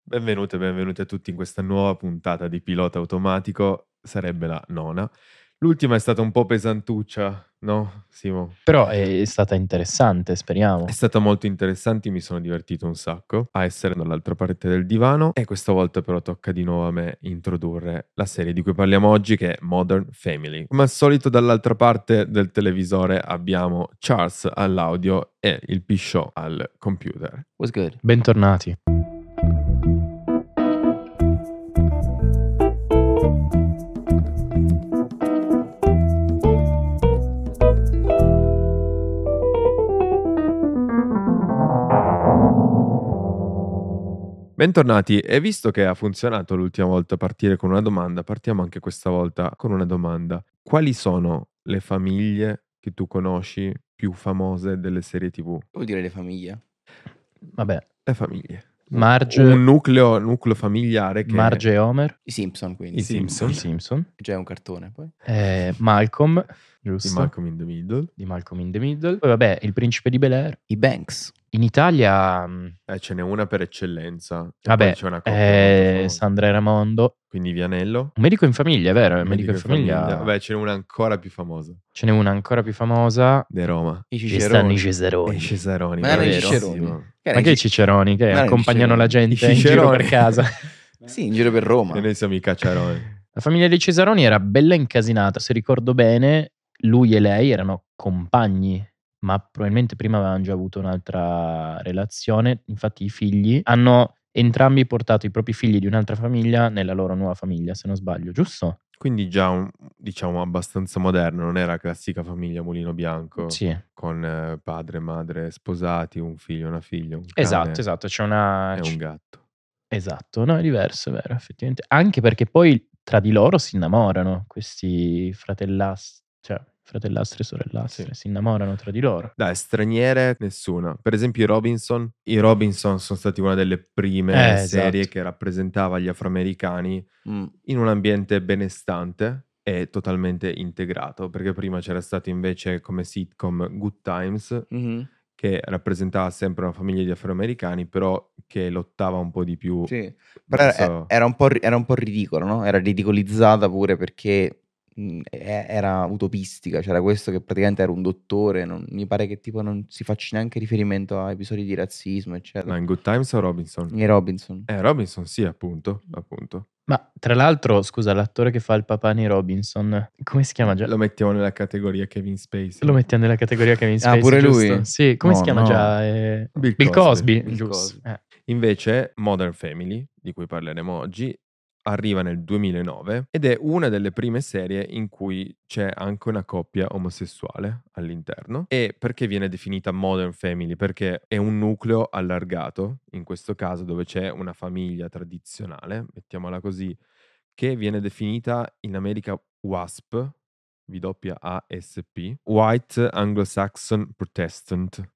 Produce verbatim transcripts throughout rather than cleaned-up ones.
Benvenute e benvenuti a tutti in questa nuova puntata di Pilota Automatico, sarebbe la nona. L'ultima è stata un po' pesantuccia, no Simo? Però è stata interessante, speriamo. È stata molto interessante, mi sono divertito un sacco a essere dall'altra parte del divano e questa volta però tocca di nuovo a me introdurre la serie di cui parliamo oggi, che è Modern Family. Come al solito dall'altra parte del televisore abbiamo Charles all'audio e il P-Show al computer. What's good? Bentornati. Bentornati, e visto che ha funzionato l'ultima volta partire con una domanda, partiamo anche questa volta con una domanda. Quali sono le famiglie che tu conosci più famose delle serie tivù? Vuol dire le famiglie? Vabbè, Le famiglie. Marge, Un nucleo, nucleo familiare che... Marge e Homer, I Simpson, quindi. I Simpson. i Simpson, Già è un cartone, poi. eh, Malcolm, Di giusto? Malcolm in the Middle. Di Malcolm in the Middle. Poi vabbè, il principe di Bel-Air. I Banks. In Italia, mh, Eh, ce n'è una per eccellenza. E vabbè, poi c'è una coppia molto eh, famosa. Sandra e Ramondo. Quindi Vianello. Un medico in famiglia, è vero? Il Un medico, in famiglia. Vabbè, ce n'è una ancora più famosa. Ce n'è una ancora più famosa. De Roma. I Ci Ciceroni. stanno i E Cesaroni. Cesaroni. Ma erano i bravissimo. Ciceroni. Ma che i Ciceroni che Ma erano i accompagnano la Ciceroni. gente I in giro Ciceroni. per casa. Sì, in giro per Roma. E noi siamo i cacciaroni. La famiglia dei Cesaroni era bella incasinata, se ricordo bene, lui e lei erano compagni, ma probabilmente prima avevano già avuto un'altra relazione, infatti i figli hanno entrambi portato i propri figli di un'altra famiglia nella loro nuova famiglia, se non sbaglio, giusto? Quindi già un, diciamo abbastanza moderno, non era la classica famiglia mulino bianco Sì, con eh, padre e madre sposati, un figlio, una figlia, un cane esatto, esatto, c'è una... e un gatto. Esatto, no, è diverso, è vero, effettivamente. Anche perché poi tra di loro si innamorano, questi fratellastri, cioè fratellastri e sorellastri, Sì. si innamorano tra di loro. Dai, straniere nessuna. Per esempio i Robinson. I Robinson sono stati una delle prime Eh, serie esatto. che rappresentava gli afroamericani Mm. in un ambiente benestante e totalmente integrato, perché prima c'era stato invece come sitcom Good Times, Mhm. che rappresentava sempre una famiglia di afroamericani, però che lottava un po' di più. Sì. Però era, verso- era un po', ri- era un po' ridicolo, no? Era ridicolizzata pure perché mh, e- era utopistica. C'era questo che praticamente era un dottore. Non, mi pare che tipo non si faccia neanche riferimento a episodi di razzismo, eccetera. Ma in Good Times o Robinson? I Robinson. Eh, Robinson sì, appunto, appunto. Ma tra l'altro, scusa, l'attore che fa il papà nei Robinson, come si chiama già? Lo mettiamo nella categoria Kevin Spacey. Lo mettiamo nella categoria Kevin Ah, Spacey, pure giusto? lui? Sì, come No, si chiama no. già? Eh, Bill Bill Cosby. Cosby, Bill giusto. Cosby. Eh. Invece Modern Family, di cui parleremo oggi, arriva nel duemilanove ed è una delle prime serie in cui c'è anche una coppia omosessuale all'interno. E perché viene definita Modern Family? Perché è un nucleo allargato, in questo caso dove c'è una famiglia tradizionale, mettiamola così, che viene definita in America W A S P, W A S P, White Anglo-Saxon Protestant.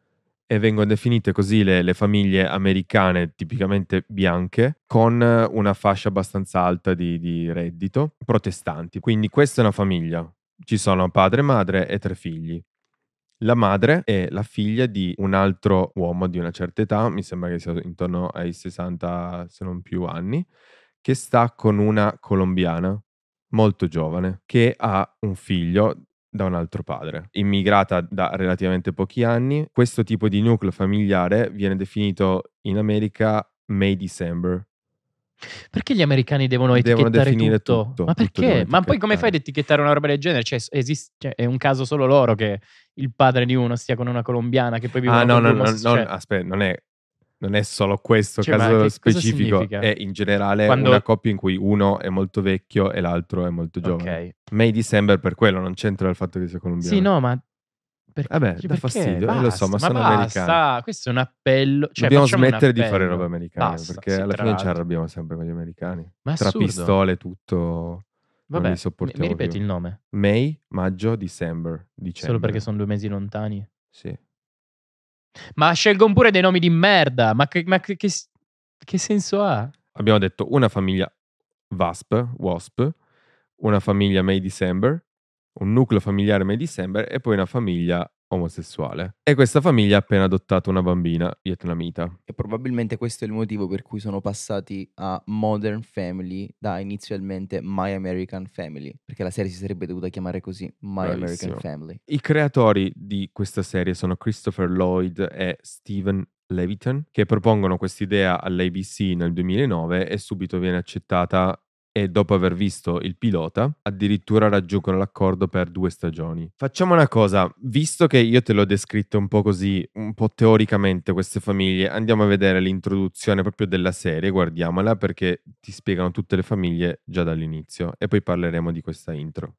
E vengono definite così le, le famiglie americane tipicamente bianche con una fascia abbastanza alta di, di reddito, protestanti. Quindi questa è una famiglia. Ci sono padre, madre e tre figli. La madre è la figlia di un altro uomo di una certa età, mi sembra che sia intorno ai sessanta, se non più anni, che sta con una colombiana molto giovane che ha un figlio da un altro padre, immigrata da relativamente pochi anni. Questo tipo di nucleo familiare viene definito in America May December. Perché gli americani devono Devono etichettare definire tutto? tutto, Ma tutto perché? devono Ma poi come etichettare. fai ad etichettare una roba del genere? Cioè, esiste, cioè, è un caso solo loro che il padre di uno stia con una colombiana che poi vivono Ah no, con no, due no, omosessuali. non, aspetta, non è, non è solo questo Cioè, ma caso che cosa specifico, significa? è in generale Quando- una coppia in cui uno è molto vecchio e l'altro è molto giovane. Ok. May December per quello, non c'entra il fatto che sia colombiano. Sì, no, ma... Perché, Vabbè, cioè, dà perché? fastidio, eh, lo so, ma Basta, sono basta, americani. questo è un appello. Cioè, Dobbiamo facciamo un smettere di fare appello. robe americane, Basta, perché sì, alla tra fine ci l'altro. arrabbiamo sempre con gli americani. Ma è Tra assurdo. pistole, tutto, non Vabbè, li mi, sopportiamo mi ripeti più. il nome? May, maggio, December, dicembre. Solo perché sono due mesi lontani? Sì. Ma scelgono pure dei nomi di merda. Ma che, ma che, che, che senso ha? Abbiamo detto una famiglia W A S P, W A S P, una famiglia May December, un nucleo familiare May December e poi una famiglia omosessuale. E questa famiglia ha appena adottato una bambina vietnamita. E probabilmente questo è il motivo per cui sono passati a Modern Family da inizialmente My American Family, perché la serie si sarebbe dovuta chiamare così, My Bravissimo. American Family. I creatori di questa serie sono Christopher Lloyd e Steven Levitan, che propongono quest'idea all'A B C nel duemilanove e subito viene accettata, e dopo aver visto il pilota addirittura raggiungono l'accordo per due stagioni. Facciamo una cosa, visto che io te l'ho descritto un po' così, un po' teoricamente queste famiglie, andiamo a vedere l'introduzione proprio della serie, guardiamola perché ti spiegano tutte le famiglie già dall'inizio e poi parleremo di questa intro.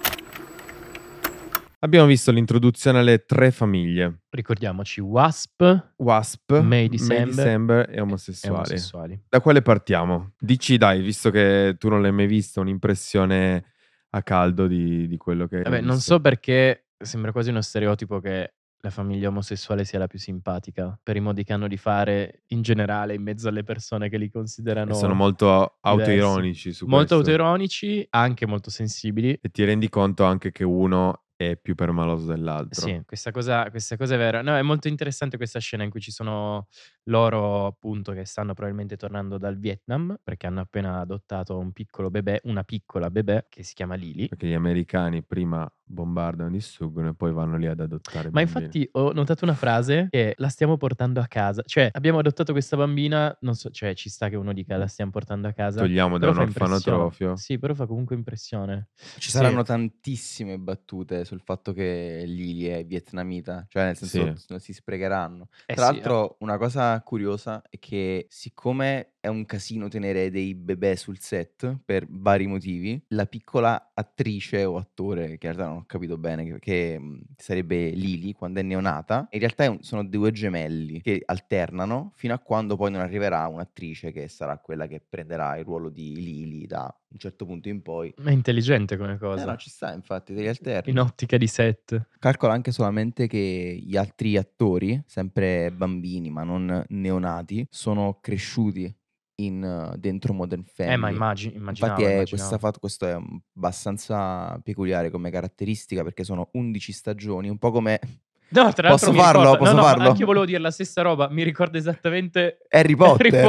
Abbiamo visto l'introduzione alle tre famiglie. Ricordiamoci Wasp, Wasp, May December, December e e omosessuali. omosessuali. Da quale partiamo? Dici dai, visto che tu non l'hai mai vista, un'impressione a caldo di, di quello che hai Vabbè, non visto. so perché sembra quasi uno stereotipo che la famiglia omosessuale sia la più simpatica, per i modi che hanno di fare in generale in mezzo alle persone che li considerano E sono molto diversi. autoironici su Molto questo. autoironici, anche molto sensibili. E ti rendi conto anche che uno è più permaloso dell'altro. Sì, questa cosa, questa cosa è vera. No, è molto interessante questa scena in cui ci sono loro, appunto, che stanno probabilmente tornando dal Vietnam, perché hanno appena adottato un piccolo bebè, una piccola bebè, che si chiama Lily. Perché gli americani prima bombardano, distruggono e poi vanno lì ad adottare Ma bambini. infatti ho notato una frase che la stiamo portando a casa. Cioè, abbiamo adottato questa bambina, non so, cioè ci sta che uno dica la stiamo portando a casa. Togliamo da però un fa impressione. orfanotrofio. Sì, però fa comunque impressione. Ci Sì. saranno tantissime battute sul fatto che Lily è vietnamita, cioè nel senso Sì. non si sprecheranno. Eh Tra sì, l'altro una cosa curiosa è che siccome è un casino tenere dei bebè sul set per vari motivi, la piccola attrice o attore, che in realtà non ho capito bene, che, che mh, sarebbe Lily quando è neonata, in realtà è un- sono due gemelli che alternano fino a quando poi non arriverà un'attrice che sarà quella che prenderà il ruolo di Lily da un certo punto in poi. è intelligente come Eh cosa. no, ci sta infatti, degli alterni. In ottica di set. Calcola anche solamente che gli altri attori, sempre bambini ma non neonati, sono cresciuti in, eh, dentro Modern Family. Eh, ma immagini, immaginavo, Infatti è immaginavo. questa fatto, questo è um, abbastanza peculiare come caratteristica perché sono undici stagioni, un po' come... No, tra Posso l'altro mi farlo? ricorda- Posso no, no, farlo? anche io volevo dire la stessa roba, mi ricorda esattamente Harry Potter.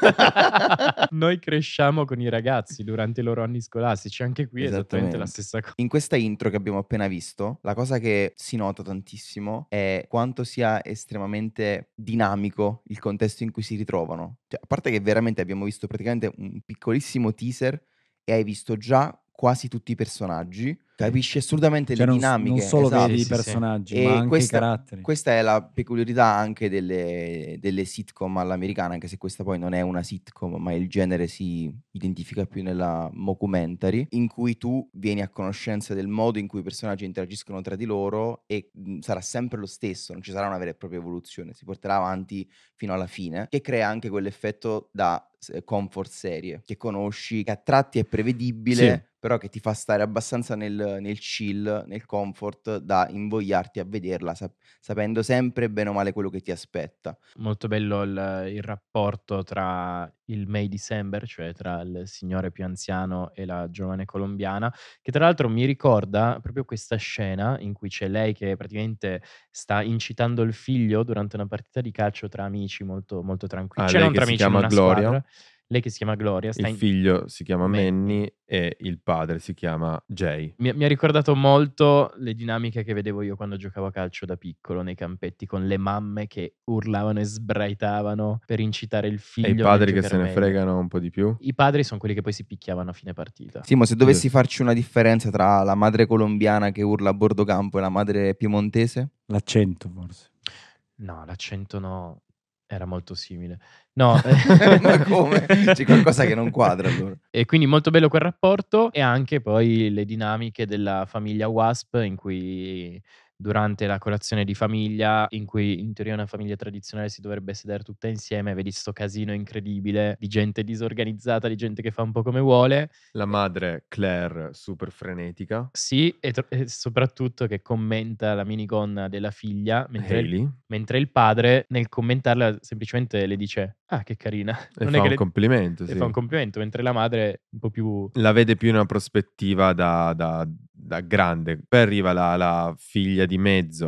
Potter. Noi cresciamo con i ragazzi durante i loro anni scolastici, anche qui è esattamente la Esattamente. stessa cosa. In questa intro che abbiamo appena visto, la cosa che si nota tantissimo è quanto sia estremamente dinamico il contesto in cui si ritrovano. Cioè, a parte che veramente abbiamo visto praticamente un piccolissimo teaser e hai visto già quasi tutti i personaggi, capisci assolutamente Cioè le non, dinamiche. non solo esatto. vedi Sì, i sì, sì. personaggi, E ma anche questa, i caratteri. questa è la peculiarità anche delle, delle sitcom all'americana, anche se questa poi non è una sitcom, ma il genere si identifica più nella mockumentary, in cui tu vieni a conoscenza del modo in cui i personaggi interagiscono tra di loro e mh, sarà sempre lo stesso, non ci sarà una vera e propria evoluzione, si porterà avanti fino alla fine, che crea anche quell'effetto da eh, comfort serie, che conosci, che a tratti è prevedibile, Sì. però che ti fa stare abbastanza nel, nel chill, nel comfort, da invogliarti a vederla, sap- sapendo sempre bene o male quello che ti aspetta. Molto bello il, il rapporto tra il May December, cioè tra il signore più anziano e la giovane colombiana, che tra l'altro mi ricorda proprio questa scena in cui c'è lei che praticamente sta incitando il figlio durante una partita di calcio tra amici molto, molto tranquilli. Ah, Cioè lei non che tra si amici in chiama una Gloria. squadra. Lei che si chiama Gloria. Sta Il in- figlio si chiama Manny. Manny e il padre si chiama Jay. Mi, mi ha ricordato molto le dinamiche che vedevo io quando giocavo a calcio da piccolo nei campetti, con le mamme che urlavano e sbraitavano per incitare il figlio E i nel padri che giocare se ne meglio. fregano un po' di più? I padri sono quelli che poi si picchiavano a fine partita. Simo, se dovessi Sì. farci una differenza tra la madre colombiana che urla a bordo campo e la madre piemontese? L'accento forse. No, l'accento no, era molto simile. No, Ma come? C'è qualcosa che non quadra allora. E quindi molto bello quel rapporto e anche poi le dinamiche della famiglia Wasp in cui durante la colazione di famiglia, in cui in teoria una famiglia tradizionale si dovrebbe sedere tutta insieme, vedi sto casino incredibile di gente disorganizzata, di gente che fa un po' come vuole. La madre Claire super frenetica. Sì, e, tro- e soprattutto che commenta la minigonna della figlia, mentre il, Hailey. mentre il padre nel commentarla semplicemente le dice "Ah, che carina". E Non fa è che un le- complimento, le sì. fa un complimento, mentre la madre è un po' più... La vede più in una prospettiva da, da- da grande. Poi arriva la, la figlia di mezzo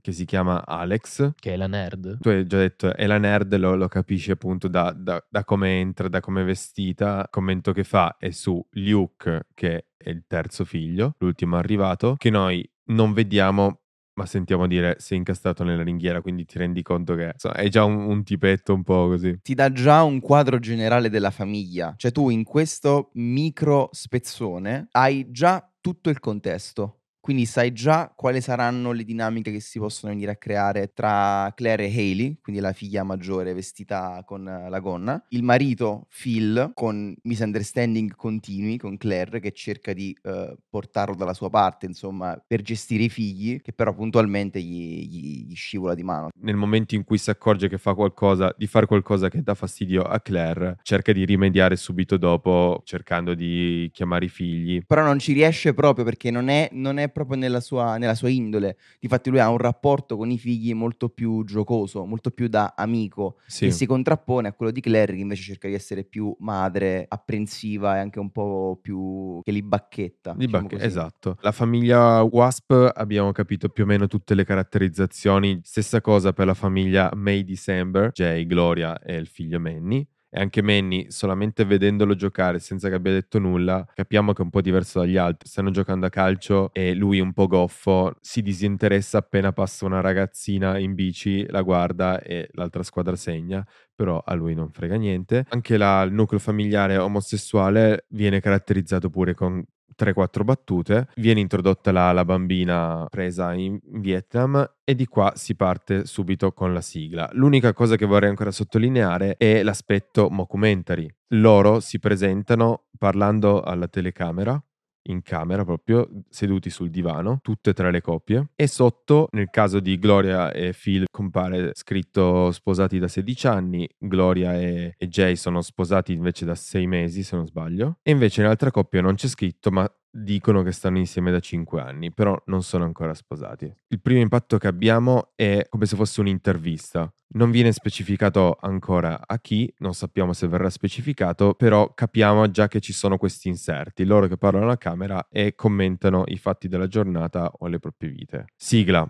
che si chiama Alex. Che è la nerd. Tu hai già detto, è la nerd, lo, lo capisci appunto da, da, da come entra, da come è vestita. Il commento che fa è su Luke, che è il terzo figlio, l'ultimo arrivato, che noi non vediamo ma sentiamo dire sei incastrato nella ringhiera, quindi ti rendi conto che insomma, è già un, un tipetto un po' così. Ti dà già un quadro generale della famiglia, cioè tu in questo micro spezzone hai già tutto il contesto. Quindi sai già quali saranno le dinamiche che si possono venire a creare tra Claire e Hailey, quindi la figlia maggiore vestita con la gonna, il marito Phil con misunderstanding continui con Claire che cerca di eh, portarlo dalla sua parte, insomma, per gestire i figli, che però puntualmente gli, gli, gli scivola di mano. Nel momento in cui si accorge che fa qualcosa, di fare qualcosa che dà fastidio a Claire, cerca di rimediare subito dopo, cercando di chiamare i figli. Però non ci riesce proprio perché non è, non è proprio nella sua, nella sua indole. Difatti lui ha un rapporto con i figli molto più giocoso, molto più da amico, Sì. che si contrappone a quello di Claire, che invece cerca di essere più madre, apprensiva e anche un po' più che li bacchetta. Di diciamo Buck, così. esatto. La famiglia Wasp abbiamo capito più o meno tutte le caratterizzazioni. Stessa cosa per la famiglia May December, Jay, Gloria e il figlio Manny. E anche Manny, solamente vedendolo giocare senza che abbia detto nulla, capiamo che è un po' diverso dagli altri. Stanno giocando a calcio e lui un po' goffo, si disinteressa appena passa una ragazzina in bici, la guarda e l'altra squadra segna, però a lui non frega niente. Anche la, il nucleo familiare omosessuale viene caratterizzato pure con tre quattro battute, viene introdotta la, la bambina presa in Vietnam e di qua si parte subito con la sigla. L'unica cosa che vorrei ancora sottolineare è l'aspetto mockumentary. Loro si presentano parlando alla telecamera, in camera proprio, seduti sul divano, tutte e tre le coppie, e sotto, nel caso di Gloria e Phil, compare scritto sposati da sedici anni, Gloria e, e Jay sono sposati invece da sei mesi, se non sbaglio, e invece nell'altra coppia non c'è scritto, ma dicono che stanno insieme da cinque anni, però non sono ancora sposati. Il primo impatto che abbiamo è come se fosse un'intervista. Non viene specificato ancora a chi, non sappiamo se verrà specificato, però capiamo già che ci sono questi inserti, loro che parlano alla camera e commentano i fatti della giornata o le proprie vite. Sigla.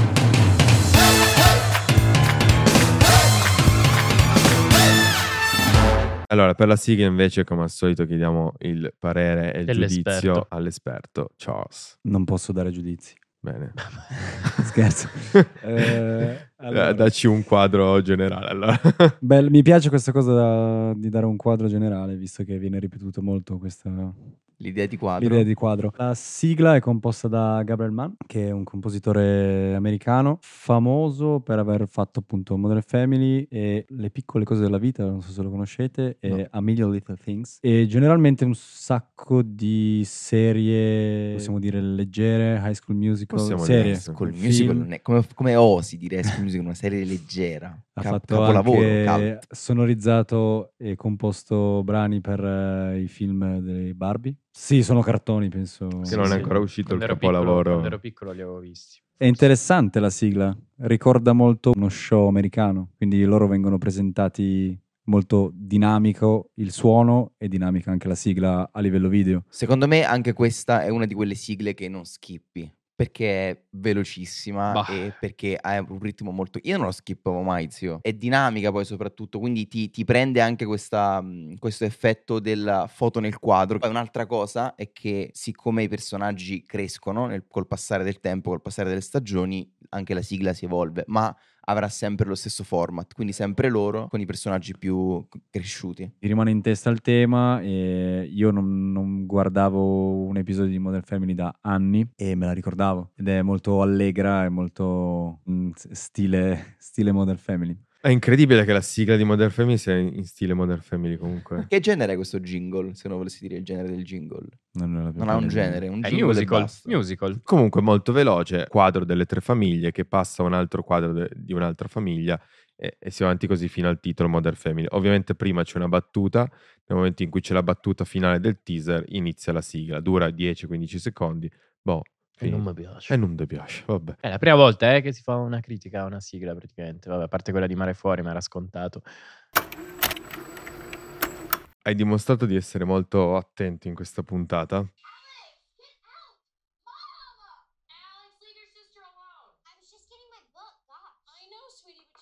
Allora, per la sigla invece, come al solito, chiediamo il parere e il Dell'esperto. giudizio all'esperto Charles. Non posso dare giudizi. Bene. Scherzo. Eh, allora. Dacci un quadro generale, allora. Beh, mi piace questa cosa da- di dare un quadro generale, visto che viene ripetuto molto questa L'idea di quadro. l'idea di quadro. La sigla è composta da Gabriel Mann, che è un compositore americano, famoso per aver fatto appunto Modern Family e Le piccole cose della vita, non so se lo conoscete, e No. A Million Little Things. E generalmente un sacco di serie, possiamo dire leggere, High School Musical, Possiamo serie. dire, School film. Musical non è come, come osi dire School Musical, una serie leggera. Ha Cap- fatto capolavoro, anche cult. sonorizzato e composto brani per eh, i film dei Barbie. Sì, sono cartoni, penso. Che Sì, non è sì. ancora uscito Quando il ero piccolo- capolavoro. Quando ero piccolo li avevo visti. È interessante la sigla, ricorda molto uno show americano, quindi loro vengono presentati molto dinamico il suono e dinamica anche la sigla a livello video. Secondo me anche questa è una di quelle sigle che non skippi, perché è velocissima Bah. e perché ha un ritmo molto... Io non lo skippavo mai, zio. È dinamica poi soprattutto, quindi ti, ti prende anche questa, mh, questo effetto della foto nel quadro. Poi un'altra cosa è che siccome i personaggi crescono nel- col passare del tempo, col passare delle stagioni, anche la sigla si evolve, ma avrà sempre lo stesso format, quindi sempre loro con i personaggi più c- cresciuti. Mi rimane in testa il tema e io non, non guardavo un episodio di Modern Family da anni e me la ricordavo ed è molto allegra e molto mm, s- stile, stile Modern Family. È incredibile che la sigla di Modern Family sia in stile Modern Family comunque. Che genere è questo jingle, se non volessi dire il genere del jingle? Non, ne ho la più Non ha un pallida idea. genere, è un È jingle e musical. basta. Musical. Comunque molto veloce, quadro delle tre famiglie che passa a un altro quadro de- di un'altra famiglia e, e si va avanti così fino al titolo Modern Family. Ovviamente prima c'è una battuta, nel momento in cui c'è la battuta finale del teaser inizia la sigla, dura dieci quindici secondi, boh, E non finito. mi piace. E non ti piace, vabbè. È la prima volta eh, che si fa una critica a una sigla praticamente. Vabbè, a parte quella di Mare Fuori, ma era scontato. Hai dimostrato di essere molto attento in questa puntata. Alex, get out! Mom! Alex, leave your sister alone. I was just getting my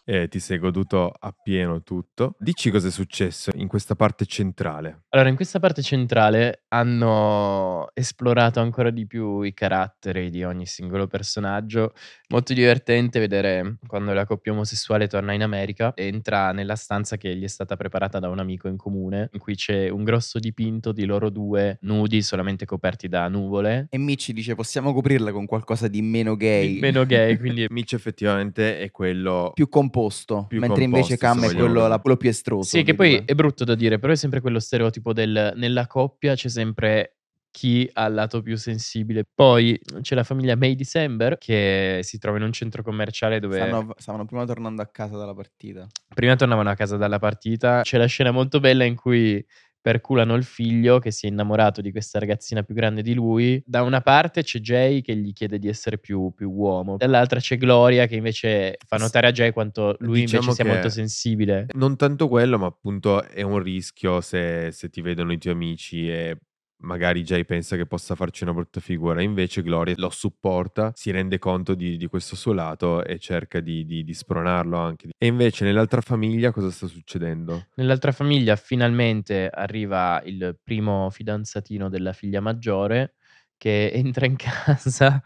E ti sei goduto appieno tutto. Dici cosa è successo in questa parte centrale. Allora, in questa parte centrale hanno esplorato ancora di più i caratteri di ogni singolo personaggio. Molto divertente vedere quando la coppia omosessuale torna in America, entra nella stanza che gli è stata preparata da un amico in comune, in cui c'è un grosso dipinto di loro due nudi, solamente coperti da nuvole. E Mitch dice possiamo coprirla con qualcosa di meno gay, Di meno gay, quindi Mitch effettivamente è quello più composto, più mentre invece composto, se Cam è vogliamo quello, così. la- quello più estroso. sì, che dei poi due. è brutto da dire, però è sempre quello stereotipo del nella coppia c'è sempre chi ha il lato più sensibile. Poi c'è la famiglia May December che si trova in un centro commerciale dove Stanno- stavano prima tornando a casa dalla partita. prima tornavano a casa dalla partita. C'è la scena molto bella in cui perculano il figlio che si è innamorato di questa ragazzina più grande di lui. Da una parte c'è Jay che gli chiede di essere più, più uomo, dall'altra c'è Gloria che invece fa notare a Jay quanto lui Diciamo invece sia che molto sensibile. non tanto quello, ma appunto è un rischio se, se ti vedono i tuoi amici e magari Jay pensa che possa farci una brutta figura. Invece Gloria lo supporta, si rende conto di, di questo suo lato e cerca di, di- di spronarlo anche. E invece nell'altra famiglia cosa sta succedendo? Nell'altra famiglia finalmente arriva il primo fidanzatino della figlia maggiore che entra in casa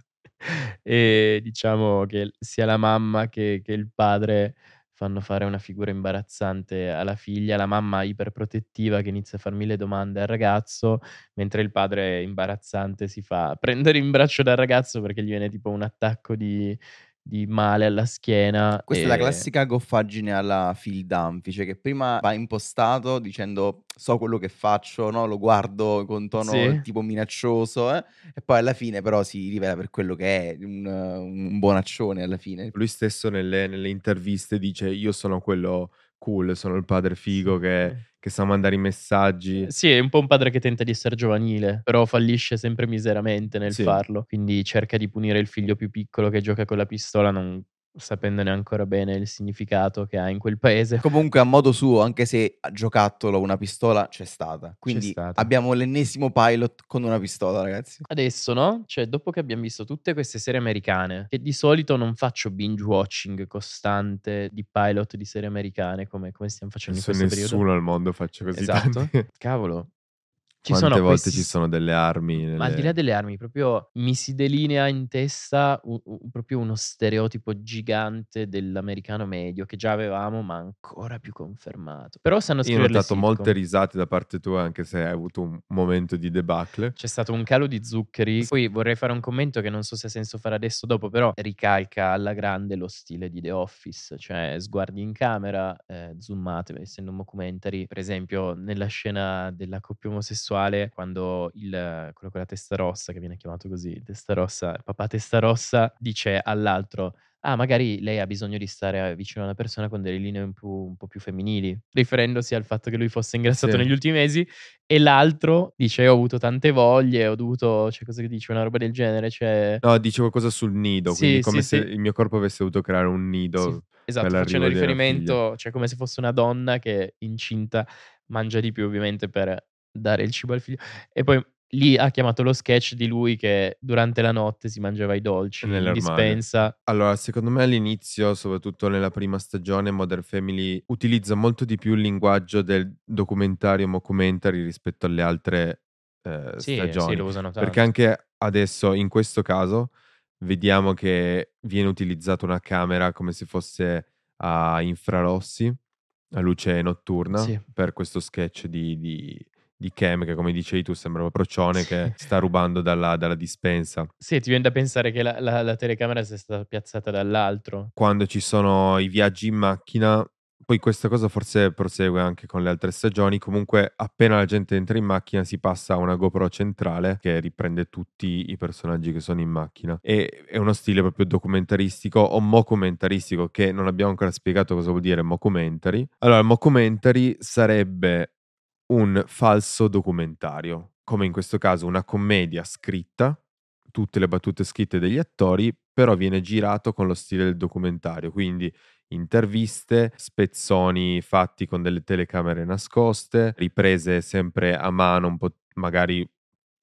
e diciamo che sia la mamma che, che il padre fanno fare una figura imbarazzante alla figlia, la mamma iperprotettiva che inizia a far mille domande al ragazzo, mentre il padre imbarazzante si fa prendere in braccio dal ragazzo perché gli viene tipo un attacco di, di male alla schiena. Questa è la e- classica goffaggine alla Phil Dunphy, cioè che prima va impostato dicendo so quello che faccio, no? Lo guardo con tono Sì. tipo minaccioso, eh? E poi alla fine però si rivela per quello che è, un, un bonaccione alla fine. Lui stesso nelle, nelle interviste dice io sono quello cool, sono il padre figo che, che sa mandare i messaggi. Eh, Sì, è un po' un padre che tenta di essere giovanile, però fallisce sempre miseramente nel Sì. farlo. Quindi cerca di punire il figlio più piccolo che gioca con la pistola, non sapendone ancora bene il significato che ha in quel paese. Comunque a modo suo, anche se a giocattolo una pistola c'è stata. Quindi stata. abbiamo l'ennesimo pilot con una pistola, ragazzi. Adesso, no? Cioè, dopo che abbiamo visto tutte queste serie americane, che di solito non faccio binge watching costante di pilot di serie americane come, come stiamo facendo in Penso questo nessuno periodo. al mondo faccia così Esatto. tanti. Cavolo. Ci Quante sono volte questi ci s- sono delle armi Ma al di là nelle- delle armi, proprio mi si delinea in testa u- u- proprio uno stereotipo gigante dell'americano medio che già avevamo, ma ancora più confermato. Però sanno Io ho scrivere le notato molte sitcom. risate da parte tua, anche se hai avuto un momento di debacle. C'è stato un calo di zuccheri. Poi vorrei fare un commento che non so se ha senso fare adesso o dopo, però ricalca alla grande lo stile di The Office, cioè sguardi in camera, eh, zoomate, essendo un documentary. Per esempio, nella scena della coppia omosessuale, quando il, quello con la testa rossa, che viene chiamato così, testa rossa, papà testa rossa, dice all'altro: ah, magari lei ha bisogno di stare vicino a una persona con delle linee un, più- un po' più femminili, riferendosi al fatto che lui fosse ingrassato Sì. negli ultimi mesi, e l'altro dice: ho avuto tante voglie, ho dovuto, cioè cosa che dice, una roba del genere, cioè No, dice qualcosa sul nido, Sì, quindi come sì, se sì. il mio corpo avesse dovuto creare un nido Sì, per esatto, l'arrivo facendo di una figlia. riferimento, cioè come se fosse una donna che incinta mangia di più ovviamente per dare il cibo al figlio. E poi lì ha chiamato lo sketch di lui che durante la notte si mangiava i dolci in Nell'armadio. dispensa. Allora, secondo me all'inizio, soprattutto nella prima stagione, Modern Family utilizza molto di più il linguaggio del documentario mockumentary rispetto alle altre eh, Sì, sì, stagioni. lo usano Perché tanto. anche adesso, in questo caso, vediamo che viene utilizzata una camera come se fosse a infrarossi, a luce notturna, Sì. per questo sketch di, di, di Cam, che come dicevi tu sembra un procione Sì. che sta rubando dalla, dalla dispensa. Sì, ti viene da pensare che la, la- la telecamera sia stata piazzata dall'altro. Quando ci sono i viaggi in macchina, poi questa cosa forse prosegue anche con le altre stagioni, comunque appena la gente entra in macchina si passa a una GoPro centrale che riprende tutti i personaggi che sono in macchina, e è uno stile proprio documentaristico o mockumentaristico, che non abbiamo ancora spiegato cosa vuol dire mockumentary. Allora, mockumentary sarebbe un falso documentario, come in questo caso una commedia scritta, tutte le battute scritte degli attori, però viene girato con lo stile del documentario, quindi interviste, spezzoni fatti con delle telecamere nascoste, riprese sempre a mano, un po' magari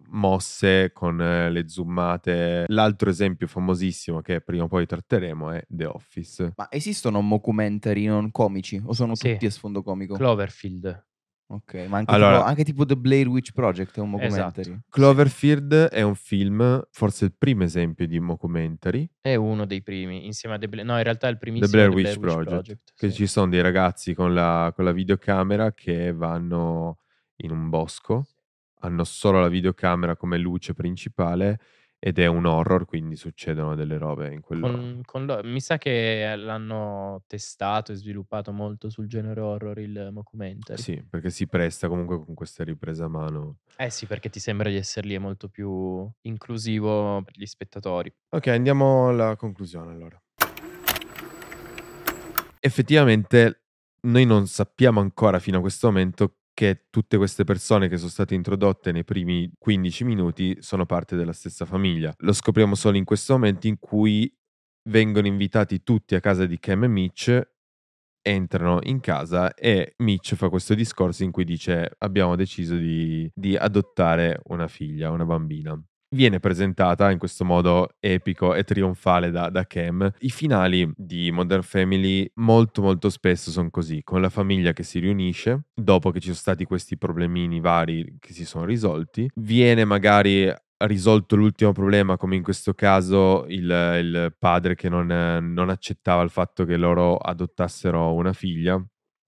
mosse con eh, le zoomate. L'altro esempio famosissimo che prima o poi tratteremo è The Office. Ma esistono mockumentary non comici o sono Sì. tutti a sfondo comico? Cloverfield. Ok, ma anche, Allora- tipo, anche tipo The Blair Witch Project è un mockumentary. Esatto. Cloverfield è un film, forse il primo esempio di mockumentary, È uno dei primi, insieme a The Bla- no, in realtà è il The primissimo Blair The Witch Blair Witch Project, Project, che sì. ci sono dei ragazzi con la, con la videocamera che vanno in un bosco, hanno solo la videocamera come luce principale ed è un horror, quindi succedono delle robe in quello. Con, con lo- mi sa che l'hanno testato e sviluppato molto sul genere horror il mockumentary. Sì, perché si presta comunque con questa ripresa a mano. Eh sì, perché ti sembra di essere lì, è molto più inclusivo per gli spettatori. Ok, andiamo alla conclusione allora. Effettivamente noi non sappiamo ancora fino a questo momento che tutte queste persone che sono state introdotte nei primi quindici minuti sono parte della stessa famiglia. Lo scopriamo solo in questo momento in cui vengono invitati tutti a casa di Cam e Mitch, entrano in casa e Mitch fa questo discorso in cui dice abbiamo deciso di, di adottare una figlia, una bambina. Viene presentata in questo modo epico e trionfale da, da Cam. I finali di Modern Family molto molto spesso sono così, con la famiglia che si riunisce, dopo che ci sono stati questi problemini vari che si sono risolti, viene magari risolto l'ultimo problema, come in questo caso il, il padre che non, non accettava il fatto che loro adottassero una figlia,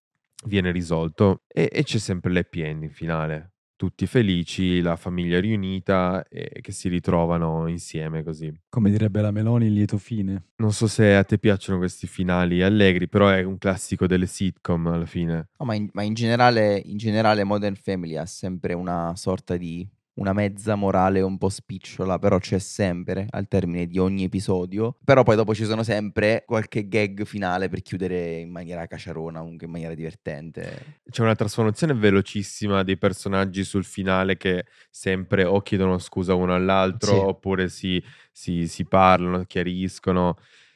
viene risolto e, e c'è sempre l'happy ending finale. Tutti felici, la famiglia riunita e che si ritrovano insieme così. Come direbbe la Meloni, il lieto fine. Non so se a te piacciono questi finali allegri, però è un classico delle sitcom alla fine. No, ma in, ma in generale, in generale Modern Family ha sempre una sorta di una mezza morale un po' spicciola, però c'è sempre al termine di ogni episodio. Però poi dopo ci sono sempre qualche gag finale per chiudere in maniera caciarona, comunque in maniera divertente. C'è una trasformazione velocissima dei personaggi sul finale che sempre o chiedono scusa uno all'altro Sì. oppure si, si, si parlano, chiariscono.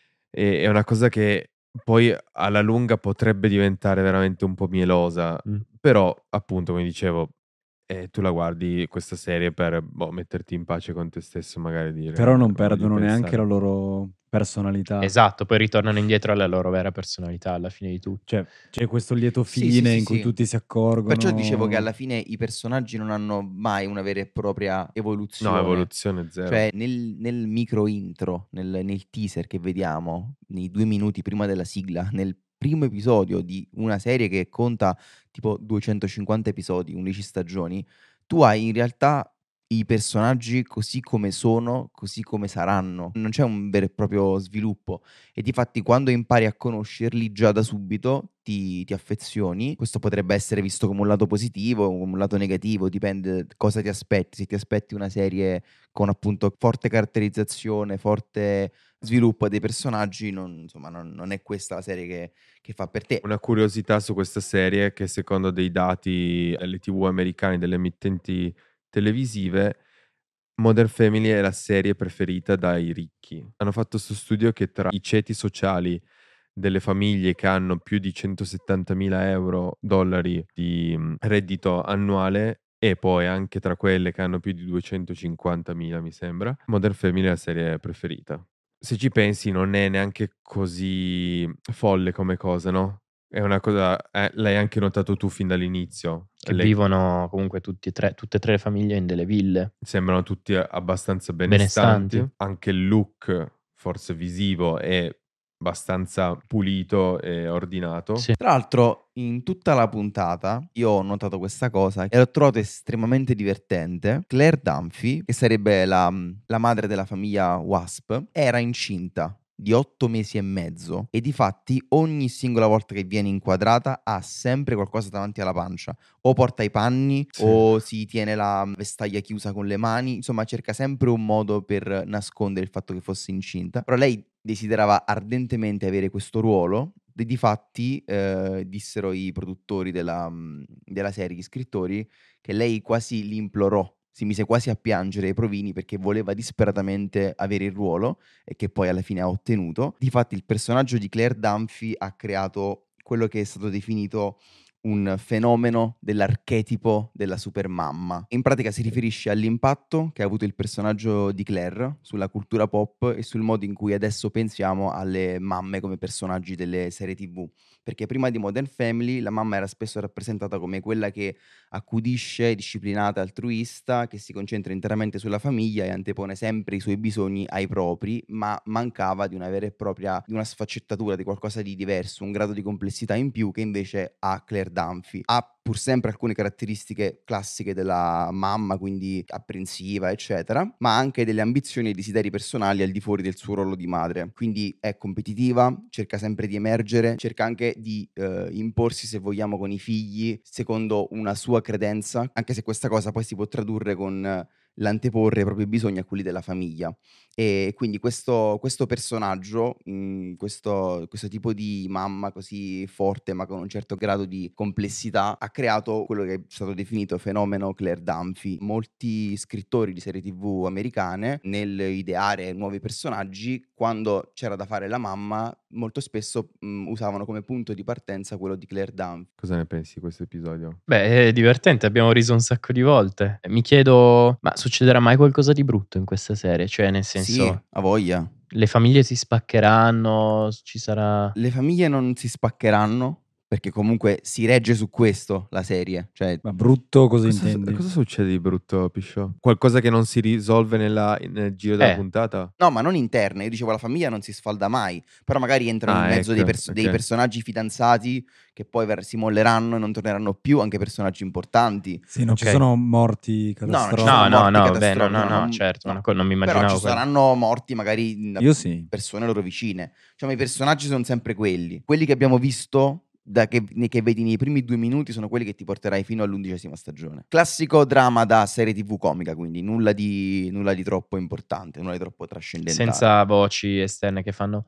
E, è una cosa che poi alla lunga potrebbe diventare veramente un po' mielosa. Mm. Però, appunto, come dicevo, eh, tu la guardi questa serie per boh, metterti in pace con te stesso, magari dire. Però non "Eh, voglio perdono neanche pensare". la loro personalità. Esatto, poi ritornano indietro alla loro vera personalità alla fine di tutto. Cioè, c'è questo lieto Sì, fine sì, sì, in cui sì. tutti si accorgono. Perciò dicevo che alla fine i personaggi non hanno mai una vera e propria evoluzione. No, evoluzione zero. Cioè, nel, nel micro intro, nel, nel teaser che vediamo, nei due minuti prima della sigla, nel primo episodio di una serie che conta tipo duecentocinquanta episodi, undici stagioni, tu hai in realtà i personaggi così come sono, così come saranno. Non c'è un vero e proprio sviluppo. E difatti quando impari a conoscerli già da subito ti, ti affezioni. Questo potrebbe essere visto come un lato positivo o come un lato negativo, dipende cosa ti aspetti. Se ti aspetti una serie con appunto forte caratterizzazione, forte sviluppo dei personaggi, non, insomma, non, non è questa la serie che, che fa per te. Una curiosità su questa serie è che secondo dei dati delle tivù americane, delle emittenti televisive, Modern Family è la serie preferita dai ricchi. Hanno fatto questo studio che tra i ceti sociali delle famiglie che hanno più di centosettantamila euro dollari di mh, reddito annuale e poi anche tra quelle che hanno più di duecentocinquantamila, mi sembra, Modern Family è la serie preferita. Se ci pensi non è neanche così folle come cosa, no? È una cosa, eh, l'hai anche notato tu fin dall'inizio. Che Le- vivono comunque tutti e tre, tutte e tre le famiglie in delle ville. Sembrano tutti abbastanza benestanti. Benestanti. Anche il look, forse visivo, è abbastanza pulito e ordinato. Sì. Tra l'altro, in tutta la puntata io ho notato questa cosa e l'ho trovato estremamente divertente. Claire Dunphy, che sarebbe la, la madre della famiglia Wasp, era incinta di otto mesi e mezzo e difatti ogni singola volta che viene inquadrata ha sempre qualcosa davanti alla pancia, o porta i panni Sì. o si tiene la vestaglia chiusa con le mani, insomma cerca sempre un modo per nascondere il fatto che fosse incinta, però lei desiderava ardentemente avere questo ruolo. E difatti eh, dissero i produttori della, mh, della serie, gli scrittori, che lei quasi li implorò, si mise quasi a piangere ai provini perché voleva disperatamente avere il ruolo e che poi alla fine ha ottenuto. Difatti il personaggio di Claire Dunphy ha creato quello che è stato definito un fenomeno dell'archetipo della supermamma. In pratica si riferisce all'impatto che ha avuto il personaggio di Claire sulla cultura pop e sul modo in cui adesso pensiamo alle mamme come personaggi delle serie tivù. Perché prima di Modern Family la mamma era spesso rappresentata come quella che accudisce, disciplinata, altruista, che si concentra interamente sulla famiglia e antepone sempre i suoi bisogni ai propri, ma mancava di una vera e propria, di una sfaccettatura, di qualcosa di diverso, un grado di complessità in più che invece ha Claire Dunphy. Ha pur sempre alcune caratteristiche classiche della mamma, quindi apprensiva, eccetera, ma anche delle ambizioni e desideri personali al di fuori del suo ruolo di madre. Quindi è competitiva, cerca sempre di emergere, cerca anche di eh, imporsi, se vogliamo, con i figli, secondo una sua credenza, anche se questa cosa poi si può tradurre con eh, l'anteporre i propri bisogni a quelli della famiglia. E quindi questo, questo personaggio, mh, questo, questo tipo di mamma così forte ma con un certo grado di complessità, ha creato quello che è stato definito fenomeno Claire Dunphy. Molti scrittori di serie tivù americane, nell'ideare nuovi personaggi, quando c'era da fare la mamma, molto spesso mh, usavano come punto di partenza quello di Claire Dunphy. Cosa ne pensi di questo episodio? Beh, è divertente, abbiamo riso un sacco di volte. Mi chiedo, ma succederà mai qualcosa di brutto in questa serie? Cioè, nel senso, Sì, a voglia. le famiglie si spaccheranno, ci sarà... Le famiglie non si spaccheranno, perché comunque si regge su questo la serie. Cioè, Ma brutto cosa, Cosa, intendi? cosa succede di brutto, Pisciò? Qualcosa che non si risolve nella- nel giro della Eh. puntata? no, ma non interne. Io dicevo la famiglia non si sfalda mai, però magari entrano Ah, in mezzo dei, ecco, pers- dei ok. personaggi fidanzati che poi ver- si molleranno e non torneranno più, anche personaggi importanti. Sì, non ci Ok. sono morti No, non ci catastrofici. sono No, no, morti no, beh, catastrofici, no, no, no, non- certo, no. una co- non mi Però immaginavo ci quello. saranno morti magari in- Io sì. persone loro vicine. Diciamo, i personaggi sono sempre quelli. Quelli che abbiamo visto, da che, ne- che vedi nei primi due minuti, sono quelli che ti porterai fino all'undicesima stagione. Classico dramma da serie tivù comica, quindi nulla di, nulla di troppo importante, nulla di troppo trascendentale. Senza voci esterne che fanno...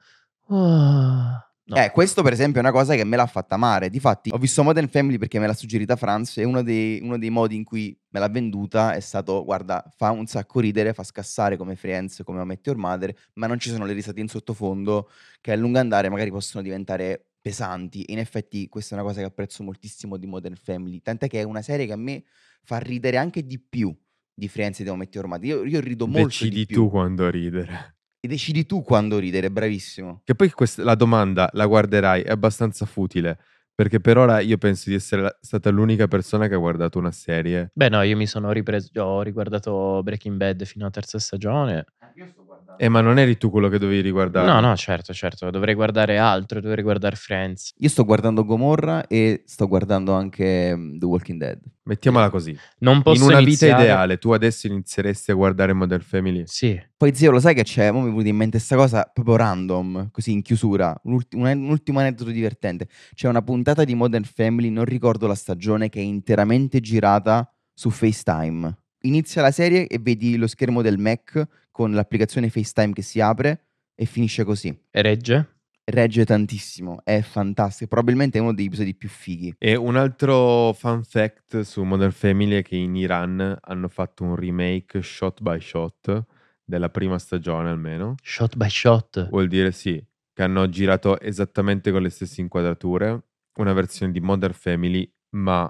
"Oh", no. Eh, questo per esempio è una cosa che me l'ha fatta amare. Difatti, ho visto Modern Family perché me l'ha suggerita Franz e uno dei, uno dei modi in cui me l'ha venduta è stato, guarda, fa un sacco ridere, fa scassare come Friends, come How I Met Your Mother, ma non ci sono le risate in sottofondo che a lungo andare magari possono diventare pesanti. In effetti questa è una cosa che apprezzo moltissimo di Modern Family, tant'è che è una serie che a me fa ridere anche di più di Friends e di How I Met Your Mother. Io, io rido molto Decidi di più. tu quando ridere. E decidi tu quando ridere, bravissimo. Che poi questa- la domanda, la guarderai, è abbastanza futile, perché per ora io penso di essere la- stata l'unica persona che ha guardato una serie. Beh, no, io mi sono ripreso, ho riguardato Breaking Bad fino alla terza stagione. Eh, ma non eri tu quello che dovevi riguardare? No, no, certo, certo, dovrei guardare altro, dovrei guardare Friends. Io sto guardando Gomorra e sto guardando anche mm, The Walking Dead. Mettiamola così. Non posso In una iniziare... vita ideale, tu adesso inizieresti a guardare Modern Family? Sì, Poi zio, lo sai che c'è? Mo mi è venuta in mente questa cosa proprio random, così in chiusura, un, ulti- un, un ultimo aneddoto divertente. C'è una puntata di Modern Family, non ricordo la stagione, che è interamente girata su FaceTime. Inizia la serie e vedi lo schermo del Mac con l'applicazione FaceTime che si apre e finisce così. regge? Regge tantissimo, è fantastico, probabilmente è uno degli episodi più fighi. E un altro fun fact su Modern Family è che in Iran hanno fatto un remake shot by shot della prima stagione almeno. Shot by shot. Vuol dire sì, che hanno girato esattamente con le stesse inquadrature, una versione di Modern Family ma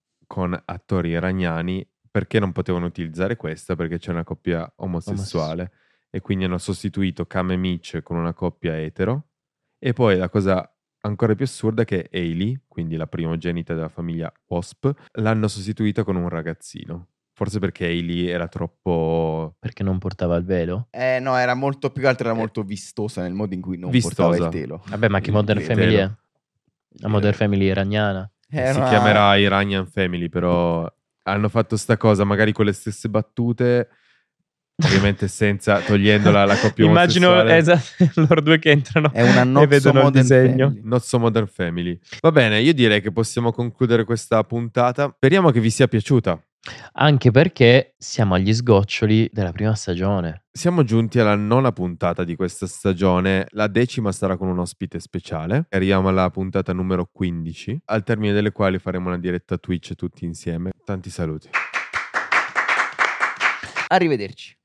con attori iraniani, perché non potevano utilizzare questa? Perché c'è una coppia omosessuale e quindi hanno sostituito Cam e Mitch con una coppia etero. E poi la cosa ancora più assurda è che Hailey, quindi la primogenita della famiglia Wasp, l'hanno sostituita con un ragazzino. Forse perché Hailey era troppo Perché non portava il velo? Eh no, era molto, più che altro era molto vistosa nel modo in cui non Vistosa. portava il telo. Vabbè, ma che Il Modern telo. Family è? Vero. La Modern Family iraniana. Era si una- chiamerà Iranian Family, però hanno fatto sta cosa magari con le stesse battute, ovviamente senza togliendola la coppia Immagino omosessuale. esatto, loro due che entrano È una e not so vedono il modern disegno. family. Not so Modern Family. Va bene, io direi che possiamo concludere questa puntata. Speriamo che vi sia piaciuta. Anche perché siamo agli sgoccioli della prima stagione. Siamo giunti alla nona puntata di questa stagione, la decima sarà con un ospite speciale. Arriviamo alla puntata numero quindici, al termine delle quali faremo una diretta Twitch tutti insieme. Tanti saluti. Arrivederci.